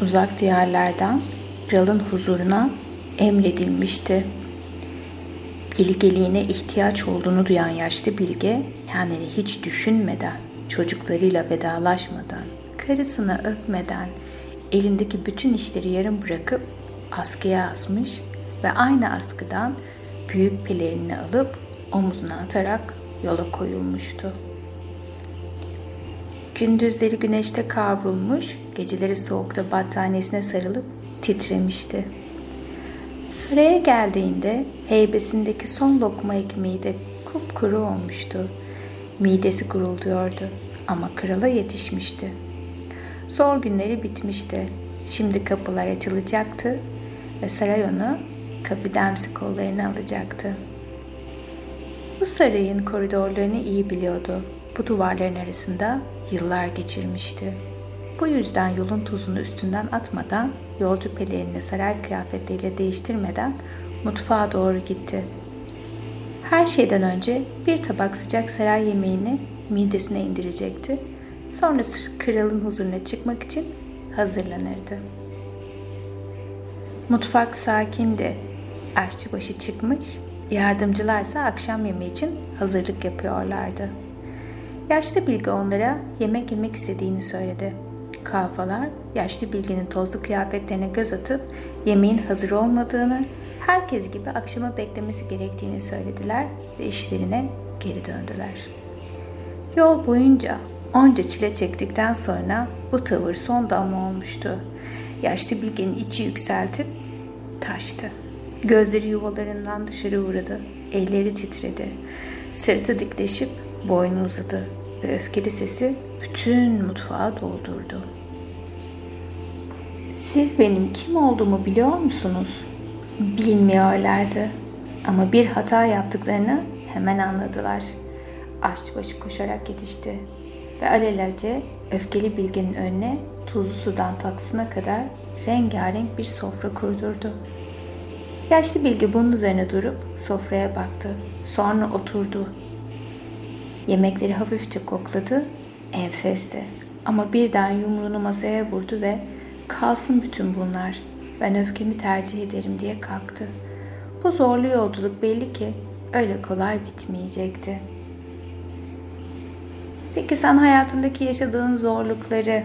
uzak diyarlardan kralın huzuruna emredilmişti. Bilgeliğine ihtiyaç olduğunu duyan yaşlı bilge kendini hiç düşünmeden, çocuklarıyla vedalaşmadan, karısını öpmeden elindeki bütün işleri yarım bırakıp askıya asmış ve aynı askıdan büyük pelerini alıp omuzuna atarak yola koyulmuştu. Gündüzleri güneşte kavrulmuş, geceleri soğukta battaniyesine sarılıp titremişti. Saraya geldiğinde heybesindeki son lokma ekmeği de kupkuru olmuştu. Midesi gurulduyordu ama krala yetişmişti. Zor günleri bitmişti. Şimdi kapılar açılacaktı ve saray onu kafidemsi kollarına alacaktı. Bu sarayın koridorlarını iyi biliyordu. Bu duvarların arasında yıllar geçirmişti. Bu yüzden yolun tozunu üstünden atmadan, yolcu pelerini saray kıyafetleriyle değiştirmeden mutfağa doğru gitti. Her şeyden önce bir tabak sıcak saray yemeğini midesine indirecekti. Sonra kralın huzuruna çıkmak için hazırlanırdı. Mutfak sakindi. Aşçıbaşı çıkmış, yardımcılarsa akşam yemeği için hazırlık yapıyorlardı. Yaşlı bilge onlara yemek yemek istediğini söyledi. Kahvalar, yaşlı bilgenin tozlu kıyafetlerine göz atıp yemeğin hazır olmadığını, herkes gibi akşama beklemesi gerektiğini söylediler ve işlerine geri döndüler. Yol boyunca onca çile çektikten sonra bu tavır son damla olmuştu. Yaşlı bilgenin içi yükseltip taştı. Gözleri yuvalarından dışarı vurdu. Elleri titredi. Sırtı dikleşip boynu uzadı ve öfkeli sesi bütün mutfağı doldurdu. Siz benim kim olduğumu biliyor musunuz? Bilmiyorlardı ama bir hata yaptıklarını hemen anladılar. Aşçıbaşı koşarak yetişti ve alelacele öfkeli bilgenin önüne tuzlu sudan tatlısına kadar rengarenk bir sofra kurdurdu. Yaşlı bilge bunun üzerine durup sofraya baktı. Sonra oturdu. Yemekleri hafifçe kokladı, enfesti. Ama birden yumruğunu masaya vurdu ve kalsın bütün bunlar, ben öfkemi tercih ederim diye kalktı. Bu zorlu yolculuk belli ki öyle kolay bitmeyecekti. Peki sen hayatındaki yaşadığın zorlukları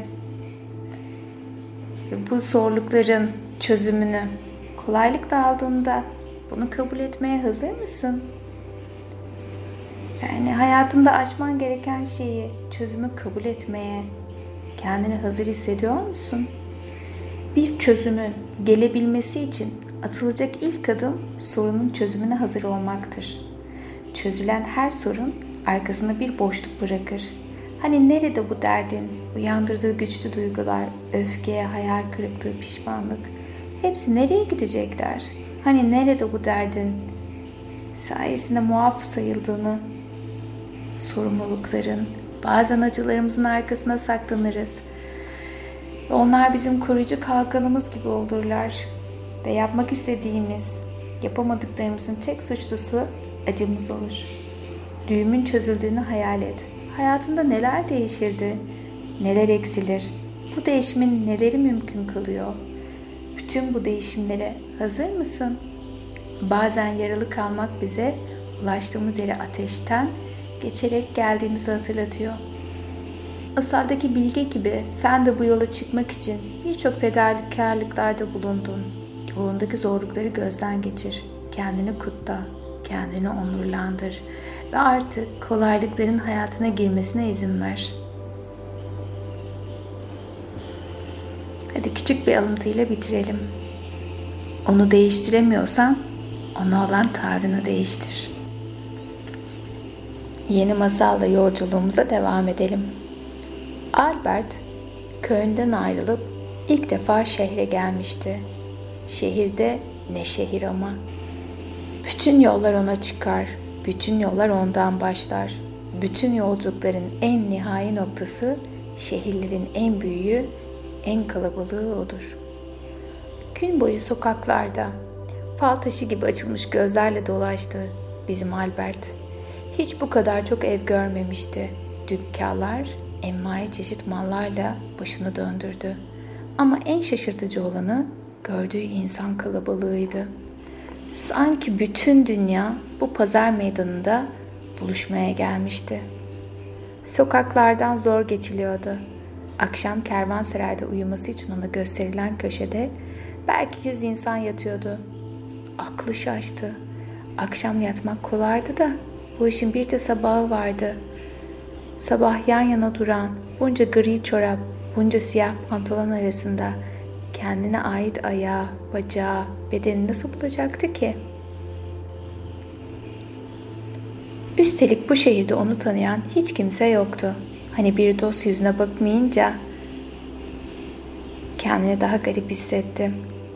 ve bu zorlukların çözümünü kolaylıkla aldığında bunu kabul etmeye hazır mısın? Yani hayatında aşman gereken şeyi, çözümü kabul etmeye kendini hazır hissediyor musun? Bir çözümün gelebilmesi için atılacak ilk adım sorunun çözümüne hazır olmaktır. Çözülen her sorun arkasında bir boşluk bırakır. Hani nerede bu derdin, uyandırdığı güçlü duygular, öfke, hayal kırıklığı, pişmanlık, hepsi nereye gidecekler? Hani nerede bu derdin sayesinde muaf sayıldığını, sorumlulukların, bazen acılarımızın arkasına saklanırız. Ve onlar bizim koruyucu kalkanımız gibi olurlar. Ve yapmak istediğimiz, yapamadıklarımızın tek suçlusu acımız olur. Düğümün çözüldüğünü hayal et. Hayatında neler değişirdi, neler eksilir, bu değişimin neleri mümkün kılıyor? Bütün bu değişimlere hazır mısın? Bazen yaralı kalmak bize ulaştığımız yere ateşten geçerek geldiğimizi hatırlatıyor. Masal'daki bilge gibi sen de bu yola çıkmak için birçok fedakarlıklarda bulundun. Yolundaki zorlukları gözden geçir. Kendini kutla, kendini onurlandır ve artık kolaylıkların hayatına girmesine izin ver. Hadi küçük bir alıntıyla bitirelim. Onu değiştiremiyorsan ona olan tavrını değiştir. Yeni masalla yolculuğumuza devam edelim. Albert köyünden ayrılıp ilk defa şehre gelmişti. Şehirde ne şehir ama. Bütün yollar ona çıkar, bütün yollar ondan başlar. Bütün yolculukların en nihai noktası, şehirlerin en büyüğü, en kalabalığı odur. Gün boyu sokaklarda, fal taşı gibi açılmış gözlerle dolaştı bizim Albert. Hiç bu kadar çok ev görmemişti. Dükkanlar, envai çeşit mallarla başını döndürdü. Ama en şaşırtıcı olanı gördüğü insan kalabalığıydı. Sanki bütün dünya bu pazar meydanında buluşmaya gelmişti. Sokaklardan zor geçiliyordu. Akşam kervansarayda uyuması için ona gösterilen köşede belki 100 insan yatıyordu. Aklı şaştı. Akşam yatmak kolaydı da bu işin bir de sabahı vardı. Sabah yan yana duran bunca gri çorap, bunca siyah pantolon arasında kendine ait ayağı, bacağı, bedeni nasıl bulacaktı ki? Üstelik bu şehirde onu tanıyan hiç kimse yoktu. Hani bir dost yüzüne bakmayınca kendini daha garip hissetti.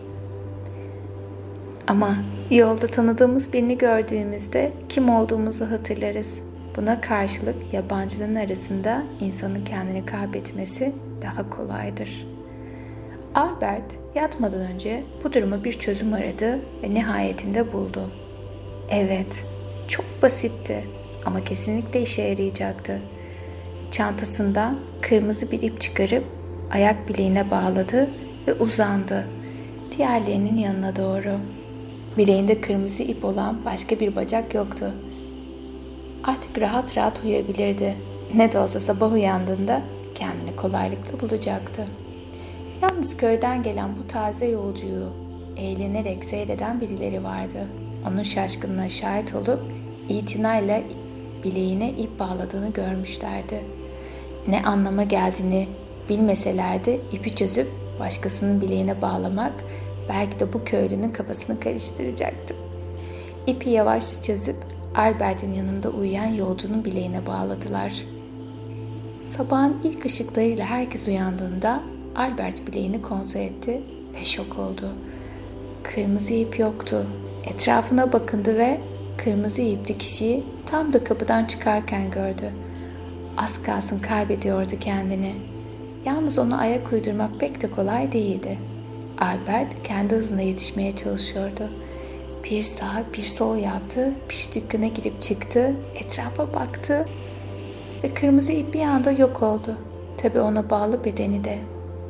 Ama yolda tanıdığımız birini gördüğümüzde kim olduğumuzu hatırlarız. Buna karşılık yabancıların arasında insanın kendini kaybetmesi daha kolaydır. Albert yatmadan önce bu duruma bir çözüm aradı ve nihayetinde buldu. Evet, çok basitti ama kesinlikle işe yarayacaktı. Çantasından kırmızı bir ip çıkarıp ayak bileğine bağladı ve uzandı. Diğerlerinin yanına doğru. Bileğinde kırmızı ip olan başka bir bacak yoktu. Artık rahat rahat uyuyabilirdi. Ne de olsa sabah uyandığında kendini kolaylıkla bulacaktı. Yalnız köyden gelen bu taze yolcuyu eğlenerek seyreden birileri vardı. Onun şaşkınlığına şahit olup itinayla bileğine ip bağladığını görmüşlerdi. Ne anlama geldiğini bilmeselerdi ipi çözüp başkasının bileğine bağlamak belki de bu köylünün kafasını karıştıracaktı. İpi yavaşça çözüp Albert'in yanında uyuyan yolcunun bileğine bağladılar. Sabahın ilk ışıklarıyla herkes uyandığında Albert bileğini kontrol etti ve şok oldu. Kırmızı ip yoktu. Etrafına bakındı ve kırmızı ipli kişiyi tam da kapıdan çıkarken gördü. Az kalsın kaybediyordu kendini. Yalnız ona ayak uydurmak pek de kolay değildi. Albert kendi hızına yetişmeye çalışıyordu. Bir sağ bir sol yaptı, bir dükkana girip çıktı, etrafa baktı ve kırmızı ip bir anda yok oldu. Tabii ona bağlı bedeni de.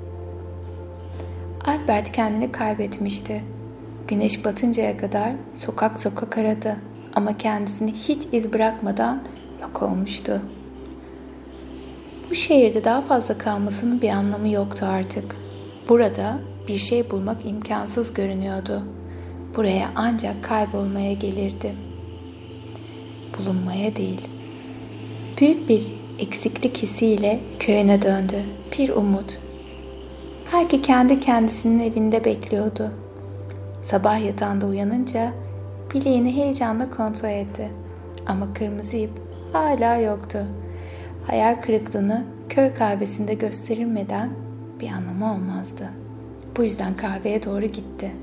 Albert kendini kaybetmişti. Güneş batıncaya kadar sokak sokak aradı ama kendisini hiç iz bırakmadan yok olmuştu. Bu şehirde daha fazla kalmasının bir anlamı yoktu artık. Burada bir şey bulmak imkansız görünüyordu. Buraya ancak kaybolmaya gelirdi. Bulunmaya değil. Büyük bir eksiklik hissiyle köyüne döndü. Bir umut. Belki kendi kendisinin evinde bekliyordu. Sabah yatağında uyanınca bileğini heyecanla kontrol etti. Ama kırmızı ip hala yoktu. Hayal kırıklığını köy kahvesinde gösterilmeden bir anlamı olmazdı. Bu yüzden kahveye doğru gitti.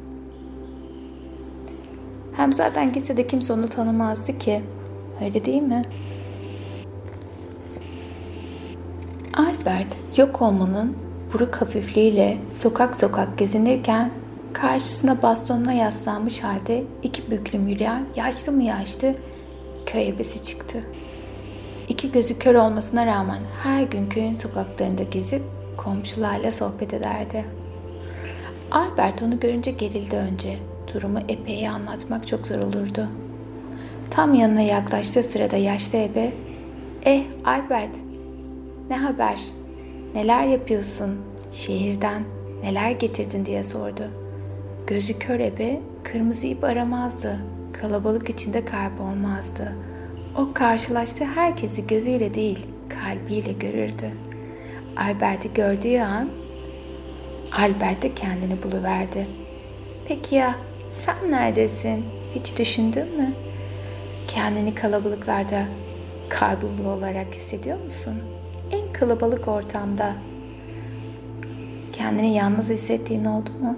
Hem zaten gitse de kimse onu tanımazdı ki. Öyle değil mi? Albert yok olmanın buruk hafifliğiyle sokak sokak gezinirken karşısına bastonuna yaslanmış halde iki büklüm yürüyen yaşlı mı yaşlı köy ebesi çıktı. İki gözü kör olmasına rağmen her gün köyün sokaklarında gezip komşularla sohbet ederdi. Albert onu görünce gerildi önce. Durumu epey anlatmak çok zor olurdu. Tam yanına yaklaştığı sırada yaşlı ebe, Albert, ne haber? Neler yapıyorsun? Şehirden neler getirdin diye sordu. Gözü kör ebe kırmızı ip aramazdı. Kalabalık içinde kaybolmazdı. O karşılaştığı herkesi gözüyle değil, kalbiyle görürdü. Albert'i gördüğü an Albert de kendini buluverdi. Peki ya sen neredesin? Hiç düşündün mü? Kendini kalabalıklarda kaybolur olarak hissediyor musun? En kalabalık ortamda kendini yalnız hissettiğin oldu mu?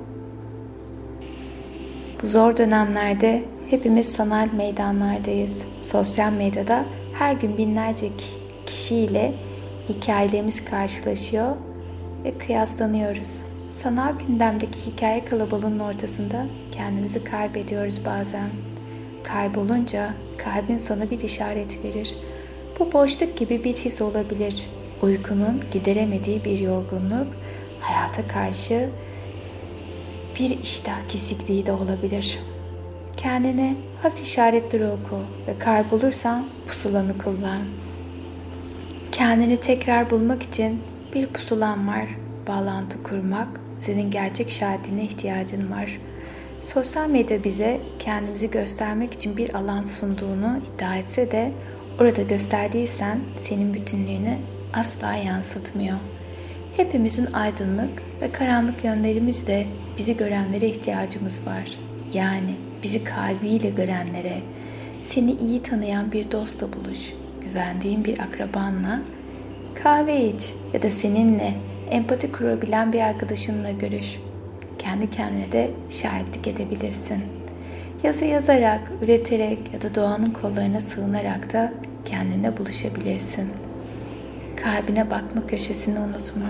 Bu zor dönemlerde hepimiz sanal meydanlardayız. Sosyal medyada her gün binlerce kişiyle hikayelerimiz karşılaşıyor ve kıyaslanıyoruz. Sanal gündemdeki hikaye kalabalığının ortasında kendimizi kaybediyoruz bazen. Kaybolunca kalbin sana bir işaret verir. Bu boşluk gibi bir his olabilir. Uykunun gideremediği bir yorgunluk, Hayata karşı bir iştah kesikliği de olabilir. Kendine has işaretleri oku ve kaybolursan pusulanı kullan. Kendini tekrar bulmak için bir pusulan var. Bağlantı kurmak, senin gerçek şahidine ihtiyacın var. Sosyal medya bize kendimizi göstermek için bir alan sunduğunu iddia etse de orada gösterdiysen senin bütünlüğünü asla yansıtmıyor. Hepimizin aydınlık ve karanlık yönlerimizle bizi görenlere ihtiyacımız var. Yani bizi kalbiyle görenlere, seni iyi tanıyan bir dostla buluş, güvendiğin bir akrabanla, kahve iç ya da seninle empati kurabilen bir arkadaşınla görüş. Kendi kendine de şahitlik edebilirsin. Yazı yazarak, üreterek ya da doğanın kollarına sığınarak da kendine buluşabilirsin. Kalbine bakma köşesini unutma.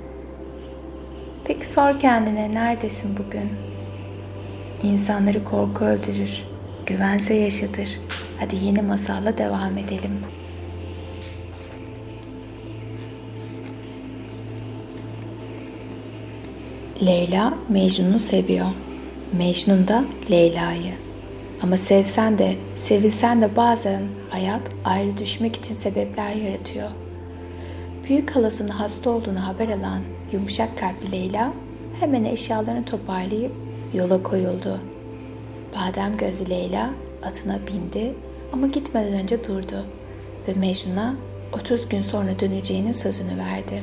Peki sor kendine, neredesin bugün? İnsanları korku öldürür, güvense yaşatır. Hadi yeni masalla devam edelim. Leyla Mecnun'u seviyor. Mecnun da Leyla'yı. Ama sevsen de, sevilsen de bazen hayat ayrı düşmek için sebepler yaratıyor. Büyük halasının hasta olduğunu haber alan yumuşak kalpli Leyla hemen eşyalarını toparlayıp yola koyuldu. Badem gözlü Leyla atına bindi ama gitmeden önce durdu ve Mecnun'a 30 gün sonra döneceğinin sözünü verdi.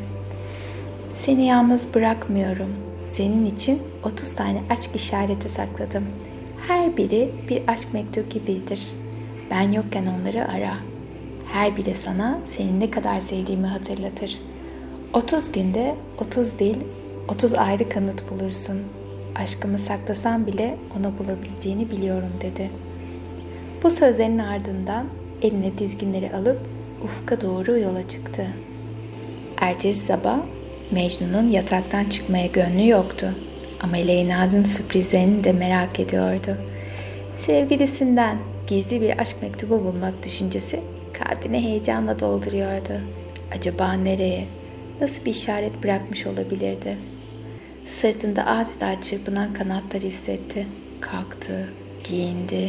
Seni yalnız bırakmıyorum. Senin için 30 tane aşk işareti sakladım. Her biri bir aşk mektubu gibidir. Ben yokken onları ara. Her biri sana seni ne kadar sevdiğimi hatırlatır. 30 günde 30 değil, 30 ayrı kanıt bulursun. Aşkımı saklasan bile onu bulabileceğini biliyorum dedi. Bu sözlerin ardından eline dizginleri alıp ufka doğru yola çıktı. Ertesi sabah Mecnun'un yataktan çıkmaya gönlü yoktu. Ama Leyla'nın sürprizlerini de merak ediyordu. Sevgilisinden gizli bir aşk mektubu bulmak düşüncesi kalbini heyecanla dolduruyordu. Acaba nereye, nasıl bir işaret bırakmış olabilirdi? Sırtında adeta çırpınan kanatlar hissetti. Kalktı, giyindi.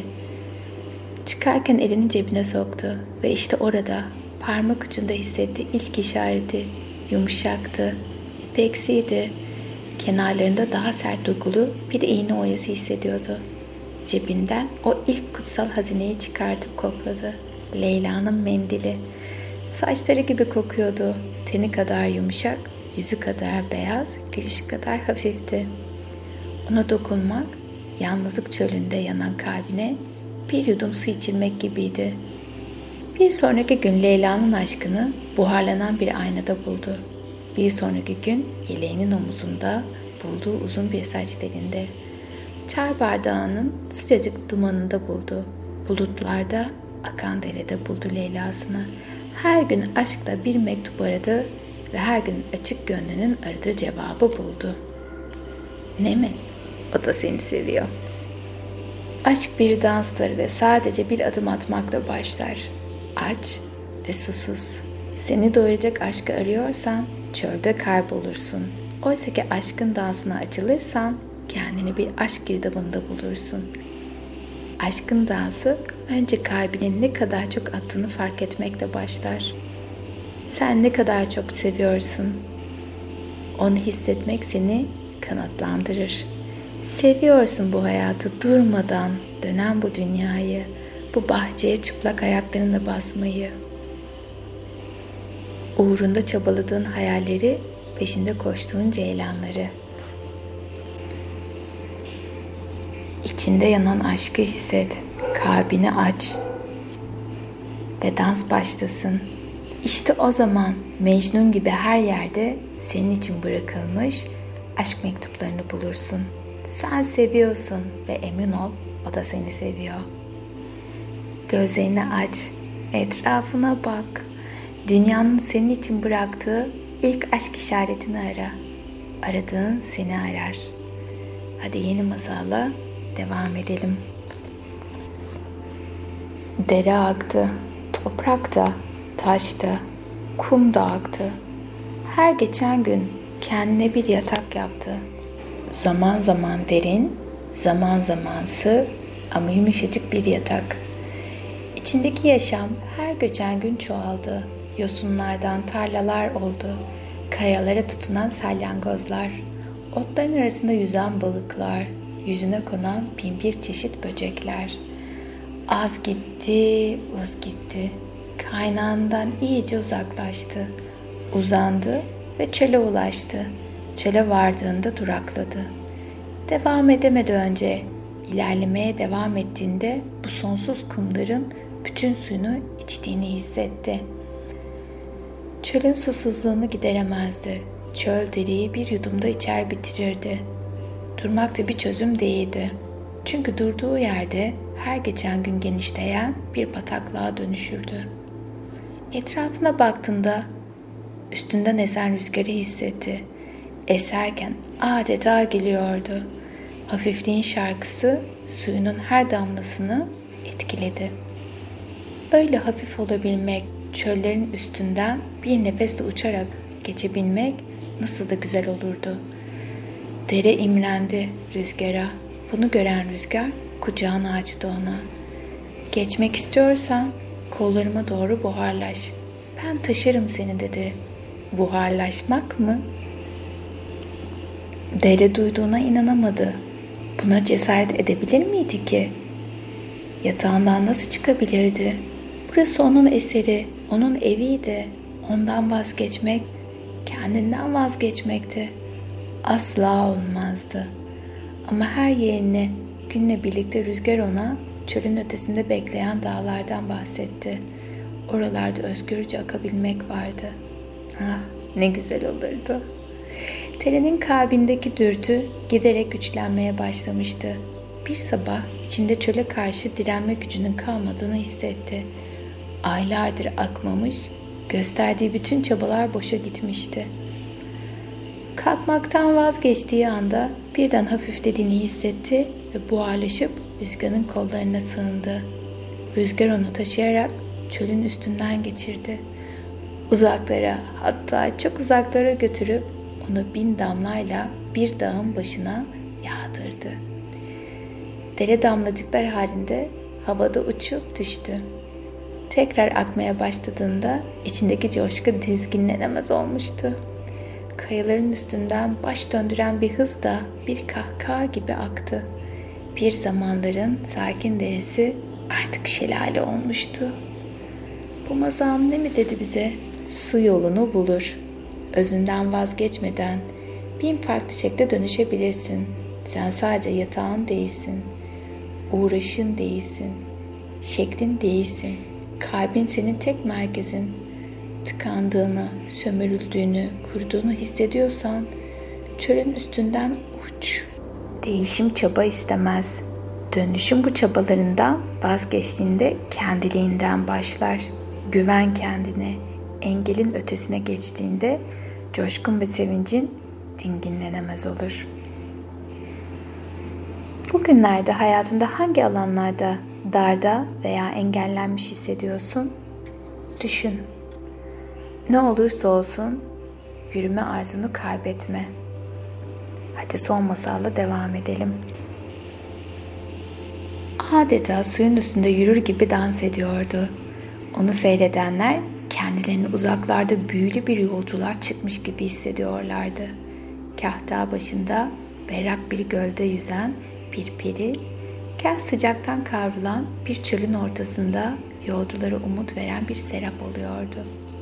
Çıkarken elini cebine soktu ve işte orada parmak ucunda hissettiği ilk işareti yumuşaktı, ipeksiydi. Kenarlarında daha sert dokulu bir iğne oyası hissediyordu. Cebinden o ilk kutsal hazineyi çıkartıp kokladı. Leyla'nın mendili. Saçları gibi kokuyordu. Teni kadar yumuşak, yüzü kadar beyaz, gülüşü kadar hafifti. Ona dokunmak, yalnızlık çölünde yanan kalbine bir yudum su içirmek gibiydi. Bir sonraki gün Leyla'nın aşkını buharlanan bir aynada buldu. Bir sonraki gün yeleğinin omuzunda, bulduğu uzun bir saç telinde. Çay bardağının sıcacık dumanında buldu. Bulutlarda, akan derede buldu Leyla'sını. Her gün aşkla bir mektup aradı ve her gün açık gönlünün aradığı cevabı buldu. Ne mi? O da seni seviyor. Aşk bir danstır ve sadece bir adım atmakla başlar. Aç ve susuz. Seni doyuracak aşkı arıyorsan çölde kaybolursun. Oysa ki aşkın dansına açılırsan kendini bir aşk girdabında bulursun. Aşkın dansı önce kalbinin ne kadar çok attığını fark etmekle başlar. Sen ne kadar çok seviyorsun. Onu hissetmek seni kanatlandırır. Seviyorsun bu hayatı durmadan dönen bu dünyayı, bu bahçeye çıplak ayaklarınla basmayı. Uğrunda çabaladığın hayalleri, peşinde koştuğun ceylanları. İçinde yanan aşkı hisset, kalbini aç ve dans başlasın. İşte o zaman Mecnun gibi her yerde senin için bırakılmış aşk mektuplarını bulursun. Sen seviyorsun ve emin ol, o da seni seviyor. Gözlerini aç, etrafına bak. Dünyanın senin için bıraktığı ilk aşk işaretini ara. Aradığın seni arar. Hadi yeni masalla devam edelim. Dere aktı, toprak da, taş da, kum da aktı. Her geçen gün kendine bir yatak yaptı. Zaman zaman derin, zaman zaman sığ ama yumuşacık bir yatak. İçindeki yaşam her geçen gün çoğaldı. Yosunlardan tarlalar oldu. Kayalara tutunan salyangozlar, otların arasında yüzen balıklar, yüzüne konan bin bir çeşit böcekler. Az gitti, uz gitti. Kaynağından iyice uzaklaştı. Uzandı ve çöle ulaştı. Çöle vardığında durakladı. Devam edemedi önce. İlerlemeye devam ettiğinde bu sonsuz kumların bütün suyunu içtiğini hissetti. Çölün susuzluğunu gideremezdi. Çöl deriyi bir yudumda içer bitirirdi. Durmak da bir çözüm değildi. Çünkü durduğu yerde her geçen gün genişleyen bir bataklığa dönüşürdü. Etrafına baktığında üstünden esen rüzgarı hissetti. Eserken adeta gülüyordu. Hafifliğin şarkısı suyunun her damlasını etkiledi. Öyle hafif olabilmek, çöllerin üstünden bir nefesle uçarak geçebilmek nasıl da güzel olurdu. Dere imrendi rüzgara. Bunu gören rüzgar kucağını açtı ona. Geçmek istiyorsan kollarıma doğru buharlaş. Ben taşırım seni dedi. Buharlaşmak mı? Dere duyduğuna inanamadı. Buna cesaret edebilir miydi ki? Yatağından nasıl çıkabilirdi? Burası onun eseri, onun eviydi. Ondan vazgeçmek, kendinden vazgeçmekti. Asla olmazdı. Ama her yerini günle birlikte rüzgar ona çölün ötesinde bekleyen dağlardan bahsetti. Oralarda özgürce akabilmek vardı. Ah, ne güzel olurdu. Terenin kalbindeki dürtü giderek güçlenmeye başlamıştı. Bir sabah içinde çöle karşı direnme gücünün kalmadığını hissetti. Aylardır akmamış, gösterdiği bütün çabalar boşa gitmişti. Kalkmaktan vazgeçtiği anda birden hafiflediğini hissetti ve buharlaşıp rüzgarın kollarına sığındı. Rüzgar onu taşıyarak çölün üstünden geçirdi. Uzaklara, hatta çok uzaklara götürüp onu 1000 damlayla bir dağın başına yağdırdı. Dere damlacıklar halinde havada uçup düştü. Tekrar akmaya başladığında içindeki coşku dizginlenemez olmuştu. Kayaların üstünden baş döndüren bir hızla bir kahkaha gibi aktı. Bir zamanların sakin deresi artık şelale olmuştu. Bu masal ne mi dedi bize? Su yolunu bulur. Özünden vazgeçmeden 1000 farklı şekle dönüşebilirsin. Sen sadece yatağın değilsin. Uğraşın değilsin. Şeklin değilsin. Kalbin senin tek merkezin. Tıkandığını, sömürüldüğünü, kuruduğunu hissediyorsan çölün üstünden uç. Değişim çaba istemez. Dönüşüm bu çabalarından vazgeçtiğinde kendiliğinden başlar. Güven kendine. Engelin ötesine geçtiğinde coşkun ve sevincin dinginlenemez olur. Bugünlerde hayatında hangi alanlarda darda veya engellenmiş hissediyorsun? Düşün. Ne olursa olsun yürüme arzunu kaybetme. Hadi son masalla devam edelim. Adeta suyun üstünde yürür gibi dans ediyordu. Onu seyredenler kendilerini uzaklarda büyülü bir yolculuğa çıkmış gibi hissediyorlardı. Kah dağ başında berrak bir gölde yüzen bir peri, kah sıcaktan kavrulan bir çölün ortasında yolculara umut veren bir serap oluyordu.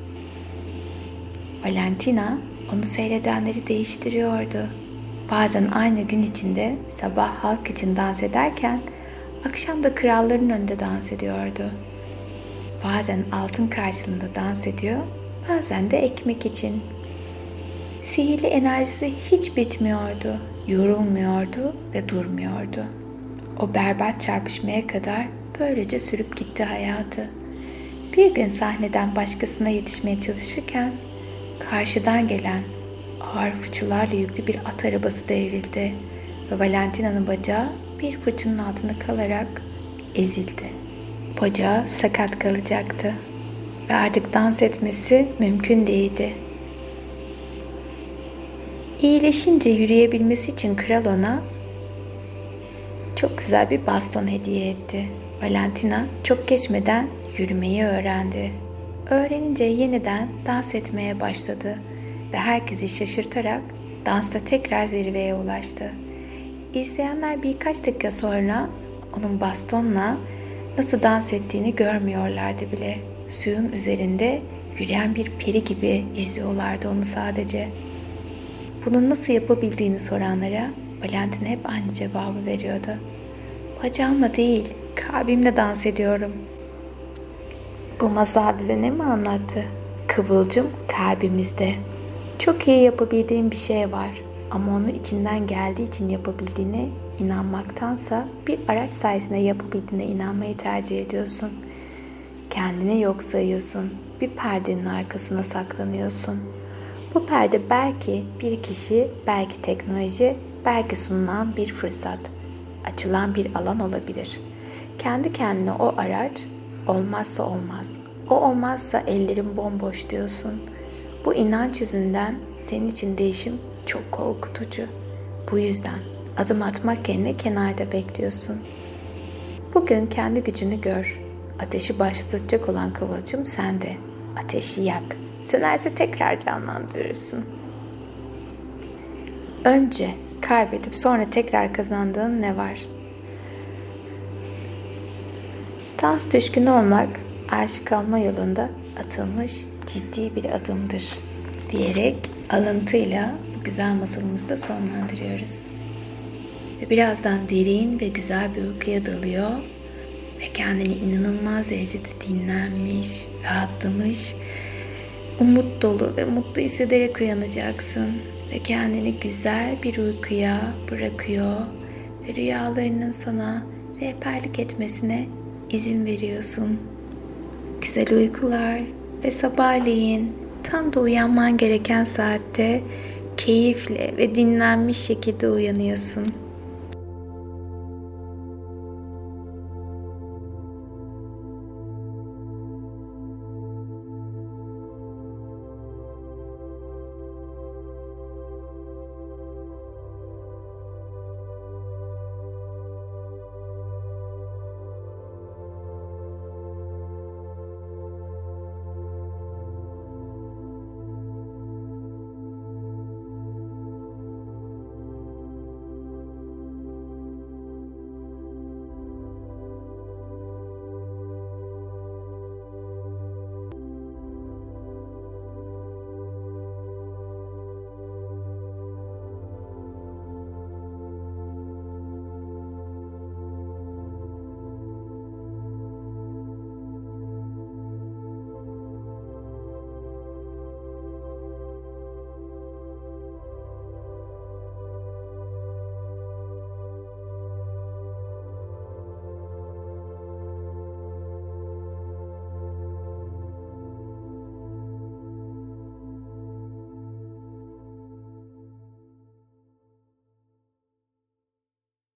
Valentina onu seyredenleri değiştiriyordu. Bazen aynı gün içinde sabah halk için dans ederken akşam da kralların önünde dans ediyordu. Bazen altın karşılığında dans ediyor, bazen de ekmek için. Sihirli enerjisi hiç bitmiyordu, yorulmuyordu ve durmuyordu. O berbat çarpışmaya kadar böylece sürüp gitti hayatı. Bir gün sahneden başkasına yetişmeye çalışırken karşıdan gelen ağır fıçılarla yüklü bir at arabası devrildi ve Valentina'nın bacağı bir fıçının altında kalarak ezildi. Bacağı sakat kalacaktı ve artık dans etmesi mümkün değildi. İyileşince yürüyebilmesi için kral ona çok güzel bir baston hediye etti. Valentina çok geçmeden yürümeyi öğrendi. Öğrenince yeniden dans etmeye başladı ve herkesi şaşırtarak dansta tekrar zirveye ulaştı. İzleyenler birkaç dakika sonra onun bastonla nasıl dans ettiğini görmüyorlardı bile. Suyun üzerinde yürüyen bir peri gibi izliyorlardı onu sadece. Bunu nasıl yapabildiğini soranlara Valentina hep aynı cevabı veriyordu. Bacağımla değil, kalbimle dans ediyorum. Bu masal bize ne mi anlattı? Kıvılcım kalbimizde. Çok iyi yapabildiğin bir şey var ama onu içinden geldiği için yapabildiğine inanmaktansa bir araç sayesinde yapabildiğine inanmayı tercih ediyorsun. Kendini yok sayıyorsun. Bir perdenin arkasına saklanıyorsun. Bu perde belki bir kişi, belki teknoloji, belki sunulan bir fırsat, açılan bir alan olabilir. Kendi kendine o araç olmazsa olmaz. O olmazsa ellerim bomboş diyorsun. Bu inanç yüzünden senin için değişim çok korkutucu. Bu yüzden adım atmak yerine kenarda bekliyorsun. Bugün kendi gücünü gör. Ateşi başlatacak olan kıvılcım sende. Ateşi yak. Sönerse tekrar canlandırırsın. Önce kaybedip sonra tekrar kazandığın ne var? Dans düşkünü olmak, aşık olma yolunda atılmış ciddi bir adımdır diyerek alıntıyla bu güzel masalımızı da sonlandırıyoruz. Ve birazdan derin ve güzel bir uykuya dalıyor ve kendini inanılmaz derecede dinlenmiş, rahatlamış, umut dolu ve mutlu hissederek uyanacaksın ve kendini güzel bir uykuya bırakıyor ve rüyalarının sana rehberlik etmesine izin veriyorsun. Güzel uykular ve sabahleyin tam da uyanman gereken saatte keyifle ve dinlenmiş şekilde uyanıyorsun.